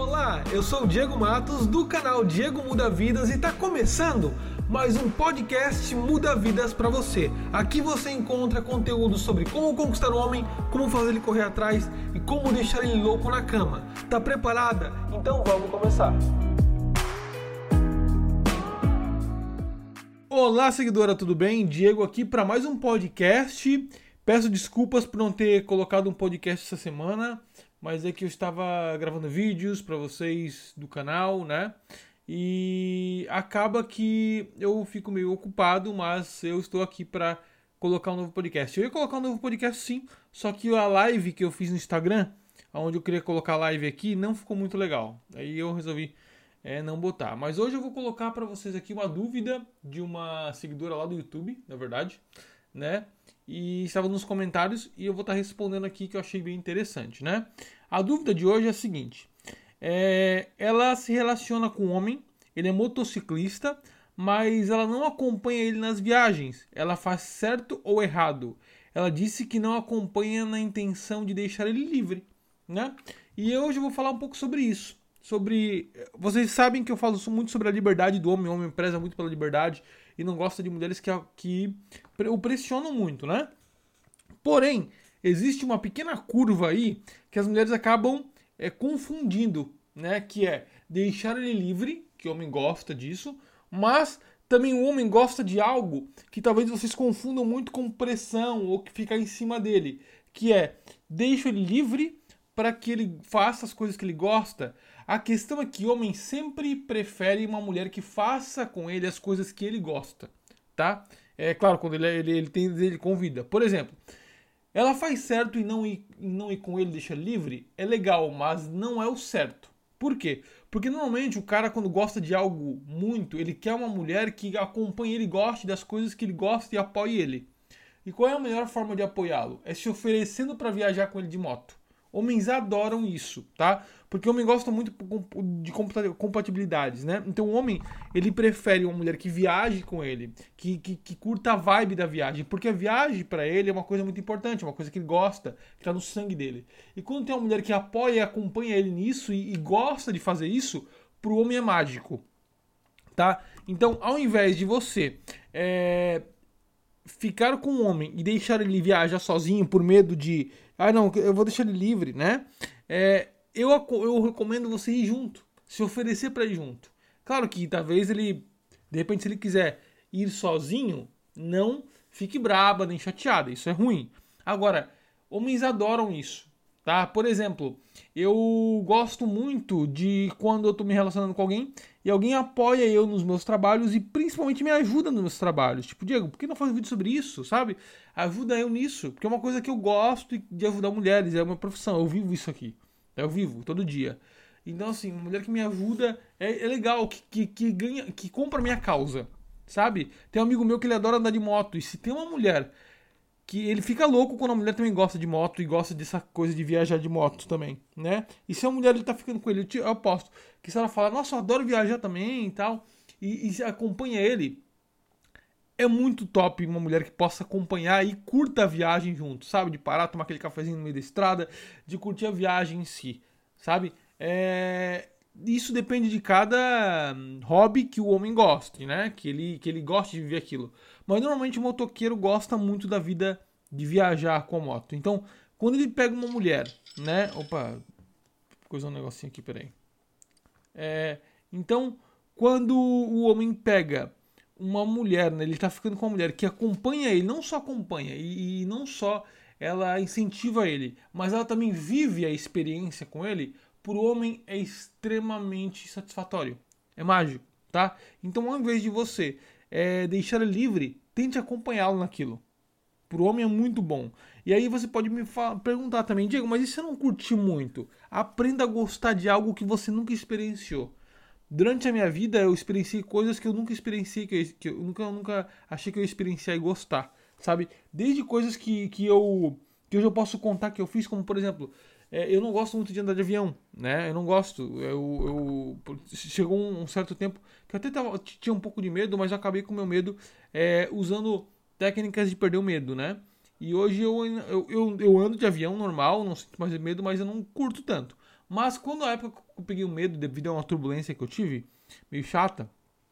Olá, eu sou o Diego Matos do canal Diego Muda Vidas e está começando mais um podcast Muda Vidas para você. Aqui você encontra conteúdo sobre como conquistar o homem, como fazer ele correr atrás e como deixar ele louco na cama. Tá preparada? Então vamos começar. Olá, seguidora, tudo bem? Diego aqui para mais um podcast. Peço desculpas por não ter colocado um podcast essa semana, mas é que eu estava gravando vídeos para vocês do canal, né? E acaba que eu fico meio ocupado, mas eu estou aqui para colocar um novo podcast. Eu ia colocar um novo podcast sim, só que a live que eu fiz no Instagram, onde eu queria colocar a live aqui, não ficou muito legal. Aí eu resolvi não botar. Mas hoje eu vou colocar para vocês aqui uma dúvida de uma seguidora lá do YouTube, na verdade, né? E estava nos comentários e eu vou estar respondendo aqui, que eu achei bem interessante, né? A dúvida de hoje é a seguinte: ela se relaciona com um homem, ele é motociclista, mas ela não acompanha ele nas viagens. Ela faz certo ou errado? Ela disse que não acompanha na intenção de deixar ele livre, né? E hoje eu vou falar um pouco sobre isso. Vocês sabem que eu falo muito sobre a liberdade do homem. O homem preza muito pela liberdade e não gosta de mulheres que o pressionam muito, né? Porém, existe uma pequena curva aí que as mulheres acabam confundindo, né? Que é deixar ele livre, que o homem gosta disso, mas também o homem gosta de algo que talvez vocês confundam muito com pressão ou que fica em cima dele, que é deixa ele livre para que ele faça as coisas que ele gosta. A questão é que o homem sempre prefere uma mulher que faça com ele as coisas que ele gosta, tá? É claro, quando ele convida. Por exemplo, ela faz certo e não ir com ele, deixa ele livre, é legal, mas não é o certo. Por quê? Porque normalmente o cara, quando gosta de algo muito, ele quer uma mulher que acompanhe ele, goste das coisas que ele gosta e apoie ele. E qual é a melhor forma de apoiá-lo? É se oferecendo para viajar com ele de moto. Homens adoram isso, tá? Porque o homem gosta muito de compatibilidades, né? Então o homem, ele prefere uma mulher que viaje com ele, que curta a vibe da viagem, porque a viagem pra ele é uma coisa muito importante, é uma coisa que ele gosta, que tá no sangue dele. E quando tem uma mulher que apoia e acompanha ele nisso e gosta de fazer isso, pro homem é mágico, tá? Então, ao invés de você ficar com um homem e deixar ele viajar sozinho por medo de... não, eu vou deixar ele livre, né? Eu recomendo você ir junto, se oferecer para ir junto. Claro que talvez ele, de repente, se ele quiser ir sozinho, não fique braba nem chateada, isso é ruim. Agora, homens adoram isso, tá? Por exemplo, eu gosto muito de quando eu tô me relacionando com alguém e alguém apoia eu nos meus trabalhos e principalmente me ajuda nos meus trabalhos. Tipo, Diego, por que não faz um vídeo sobre isso, sabe? Ajuda eu nisso, porque é uma coisa que eu gosto de ajudar mulheres, é uma profissão, eu vivo isso aqui. Eu vivo todo dia. Então, assim, uma mulher que me ajuda é legal, que ganha, que compra a minha causa, sabe? Tem um amigo meu que ele adora andar de moto, e se tem uma mulher que ele fica louco quando a mulher também gosta de moto e gosta dessa coisa de viajar de moto também, né? E se a mulher ele tá ficando com ele, eu aposto que se ela falar, nossa, eu adoro viajar também e tal, e se acompanha ele, é muito top uma mulher que possa acompanhar e curta a viagem junto, sabe? De parar, tomar aquele cafezinho no meio da estrada, de curtir a viagem em si, sabe? Isso depende de cada hobby que o homem goste, né? Que ele goste de viver aquilo. Mas normalmente o motoqueiro gosta muito da vida de viajar com a moto. Então, quando ele pega uma mulher, né? Opa, coisa um negocinho aqui, peraí. Então, quando o homem pega uma mulher, né, ele tá ficando com uma mulher que acompanha ele, não só acompanha e não só ela incentiva ele, mas ela também vive a experiência com ele, pro homem é extremamente satisfatório, é mágico, tá? Então, ao invés de você deixar ele livre, tente acompanhá-lo naquilo. Pro homem é muito bom. E aí você pode me perguntar também, Diego, mas e se você não curtir muito? Aprenda a gostar de algo que você nunca experienciou. Durante a minha vida eu experienciei coisas que eu nunca experienciei, que eu nunca achei que eu ia experienciar e gostar, sabe? Desde coisas que eu já posso contar que eu fiz, como por exemplo, eu não gosto muito de andar de avião, né? Eu não gosto. Chegou um certo tempo que eu até tinha um pouco de medo, mas eu acabei com o meu medo usando técnicas de perder o medo, né? E hoje eu ando de avião normal, não sinto mais medo, mas eu não curto tanto. Mas quando a época que eu peguei o medo devido a uma turbulência que eu tive, meio chata,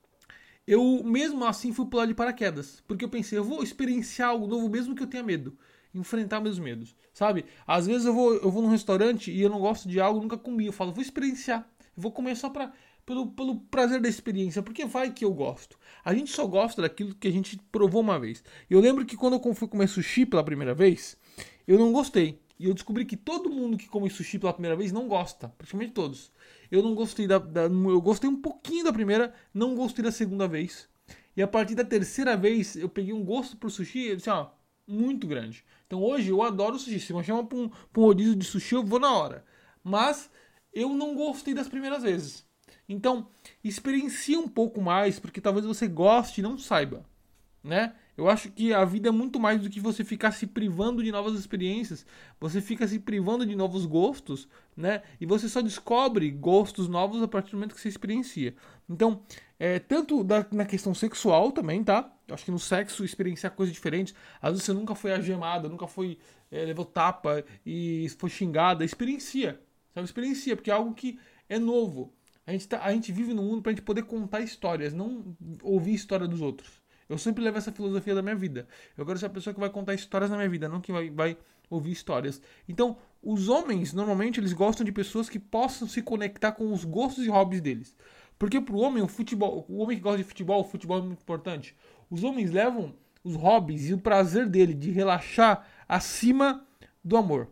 eu mesmo assim fui pular de paraquedas. Porque eu pensei, eu vou experienciar algo novo mesmo que eu tenha medo. Enfrentar meus medos, sabe? Às vezes eu vou num restaurante e eu não gosto de algo, nunca comi. Eu falo, vou experienciar. Eu vou comer só pelo prazer da experiência. Porque vai que eu gosto. A gente só gosta daquilo que a gente provou uma vez. Eu lembro que quando eu fui comer sushi pela primeira vez, eu não gostei. E eu descobri que todo mundo que come sushi pela primeira vez não gosta. Praticamente todos. Eu não gostei eu gostei um pouquinho da primeira, não gostei da segunda vez. E a partir da terceira vez, eu peguei um gosto por sushi, eu disse, ó, muito grande. Então hoje eu adoro sushi. Se me chama pra um rodízio de sushi, eu vou na hora. Mas eu não gostei das primeiras vezes. Então, experiencie um pouco mais, porque talvez você goste e não saiba, né? Eu acho que a vida é muito mais do que você ficar se privando de novas experiências. Você fica se privando de novos gostos, né? E você só descobre gostos novos a partir do momento que você experiencia. Então, tanto na questão sexual também, tá? Eu acho que no sexo experienciar coisas diferentes. Às vezes você nunca foi algemada, nunca foi levou tapa e foi xingada. Experiencia, sabe? Experiencia, porque é algo que é novo. A gente vive no mundo pra gente poder contar histórias, não ouvir a história dos outros. Eu sempre levo essa filosofia da minha vida. Eu quero ser a pessoa que vai contar histórias na minha vida, não que vai ouvir histórias. Então, os homens, normalmente, eles gostam de pessoas que possam se conectar com os gostos e hobbies deles. Porque pro homem, o homem que gosta de futebol, o futebol é muito importante. Os homens levam os hobbies e o prazer dele de relaxar acima do amor.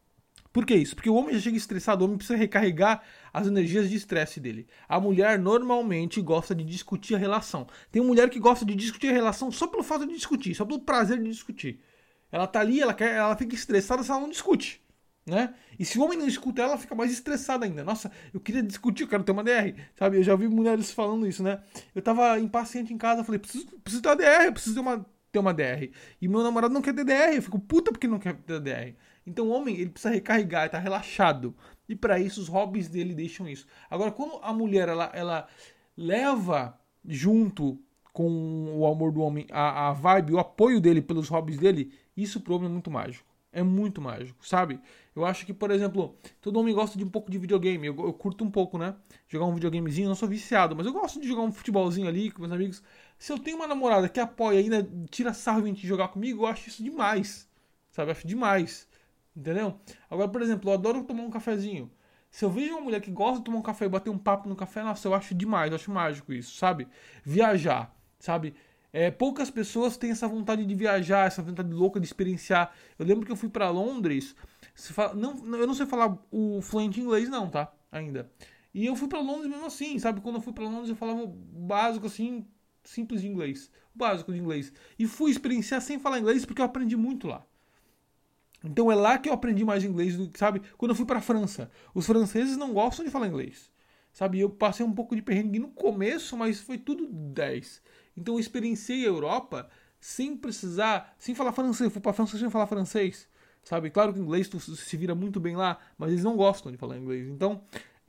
Por que isso? Porque o homem já chega estressado, o homem precisa recarregar as energias de estresse dele. A mulher normalmente gosta de discutir a relação. Tem mulher que gosta de discutir a relação só pelo fato de discutir, só pelo prazer de discutir. Ela tá ali, ela fica estressada se ela não discute, né? E se o homem não escuta ela, fica mais estressada ainda. Nossa, eu queria discutir, eu quero ter uma DR, sabe? Eu já ouvi mulheres falando isso, né? Eu tava impaciente em casa, falei, preciso ter uma DR, eu preciso ter uma DR. E meu namorado não quer ter DR, eu fico puta porque não quer ter DR. Então o homem, ele precisa recarregar, ele tá relaxado. E para isso os hobbies dele deixam isso. Agora, quando a mulher, ela leva junto com o amor do homem a vibe, o apoio dele pelos hobbies dele, isso pro homem é muito mágico. É muito mágico, sabe? Eu acho que, por exemplo, todo homem gosta de um pouco de videogame. Eu curto um pouco, né? Jogar um videogamezinho, eu não sou viciado, mas eu gosto de jogar um futebolzinho ali com meus amigos. Se eu tenho uma namorada que apoia e ainda tira sarro e vem te jogar comigo, eu acho isso demais. Sabe? Eu acho demais. Entendeu? Agora, por exemplo, eu adoro tomar um cafezinho. Se eu vejo uma mulher que gosta de tomar um café e bater um papo no café, nossa, eu acho demais, eu acho mágico isso, sabe? Viajar, sabe? Poucas pessoas têm essa vontade de viajar, essa vontade louca de experienciar. Eu lembro que eu fui pra Londres, eu não sei falar o fluente inglês não, tá? Ainda. E eu fui pra Londres mesmo assim, sabe? Quando eu fui pra Londres eu falava o básico assim, simples de inglês. O básico de inglês. E fui experienciar sem falar inglês porque eu aprendi muito lá. Então é lá que eu aprendi mais inglês, sabe? Quando eu fui pra França, os franceses não gostam de falar inglês, sabe? Eu passei um pouco de perrengue no começo, mas foi tudo 10. Então eu experienciei a Europa sem precisar, sem falar francês. Eu fui pra França sem falar francês, sabe? Claro que o inglês tu se vira muito bem lá, mas eles não gostam de falar inglês. Então,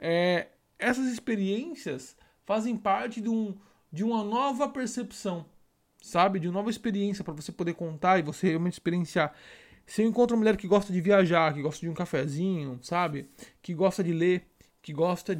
essas experiências fazem parte de uma nova percepção, sabe? De uma nova experiência para você poder contar e você realmente experienciar. Se eu encontro uma mulher que gosta de viajar, que gosta de um cafezinho, sabe? Que gosta de ler, que gosta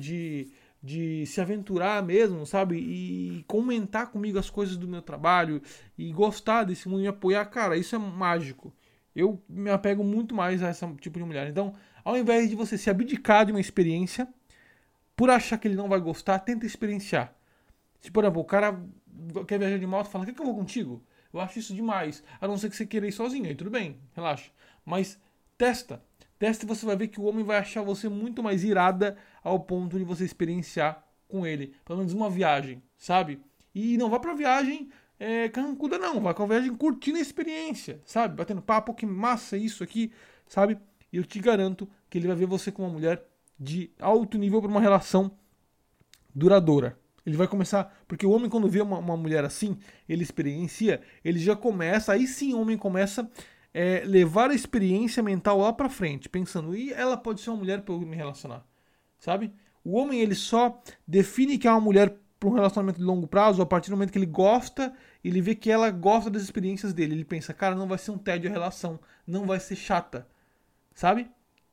de se aventurar mesmo, sabe? E comentar comigo as coisas do meu trabalho e gostar desse mundo e me apoiar, cara, isso é mágico. Eu me apego muito mais a esse tipo de mulher. Então, ao invés de você se abdicar de uma experiência, por achar que ele não vai gostar, tenta experienciar. Se, por exemplo, o cara quer viajar de moto e fala, quer que eu vou contigo? Eu acho isso demais. A não ser que você queira ir sozinho, aí tudo bem, relaxa. Mas testa. Testa e você vai ver que o homem vai achar você muito mais irada ao ponto de você experienciar com ele. Pelo menos uma viagem, sabe? E não vá pra viagem carrancuda não. Vai com a viagem curtindo a experiência, sabe? Batendo papo, que massa isso aqui, sabe? E eu te garanto que ele vai ver você como uma mulher de alto nível para uma relação duradoura. Ele vai começar, porque o homem quando vê uma mulher assim, ele experiencia, ele já começa, aí sim o homem começa levar a experiência mental lá pra frente, pensando, e ela pode ser uma mulher pra eu me relacionar, sabe? O homem ele só define que é uma mulher para um relacionamento de longo prazo a partir do momento que ele gosta, ele vê que ela gosta das experiências dele, ele pensa, cara, não vai ser um tédio a relação, não vai ser chata, sabe?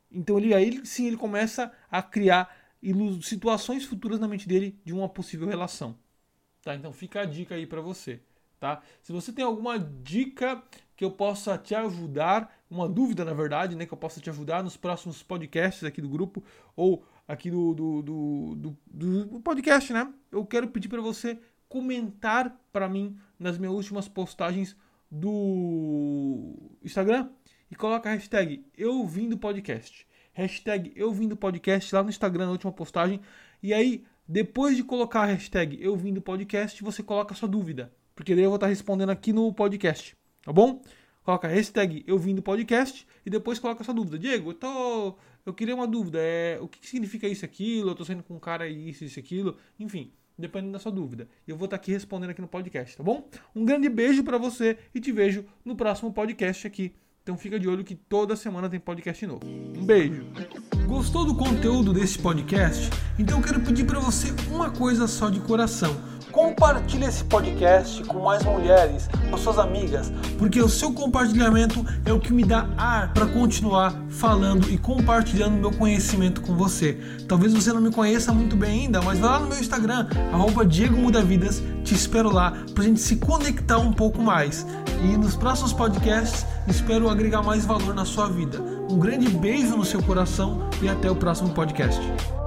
Então aí sim ele começa a criar situações futuras na mente dele de uma possível relação. Tá? Então fica a dica aí para você. Tá? Se você tem alguma dica que eu possa te ajudar, uma dúvida na verdade, né, que eu possa te ajudar nos próximos podcasts aqui do grupo ou aqui do podcast, né? Eu quero pedir para você comentar para mim nas minhas últimas postagens do Instagram e coloca a hashtag #EuVimDoPodcast. Hashtag #EuVimDoPodcast lá no Instagram na última postagem. E aí, depois de colocar a hashtag #EuVimDoPodcast, você coloca a sua dúvida. Porque daí eu vou estar respondendo aqui no podcast. Tá bom? Coloca a hashtag #EuVimDoPodcast e depois coloca a sua dúvida. Diego, eu queria uma dúvida. O que significa isso, aquilo? Eu tô saindo com um cara isso, aquilo. Enfim, dependendo da sua dúvida. Eu vou estar aqui respondendo aqui no podcast, tá bom? Um grande beijo pra você e te vejo no próximo podcast aqui. Então fica de olho que toda semana tem podcast novo. Um beijo! Gostou do conteúdo desse podcast? Então eu quero pedir para você uma coisa só de coração. Compartilhe esse podcast com mais mulheres, com suas amigas, porque o seu compartilhamento é o que me dá ar para continuar falando e compartilhando meu conhecimento com você. Talvez você não me conheça muito bem ainda, mas vai lá no meu Instagram, @DiegoMudaVidas, te espero lá pra gente se conectar um pouco mais. E nos próximos podcasts espero agregar mais valor na sua vida. Um grande beijo no seu coração e até o próximo podcast.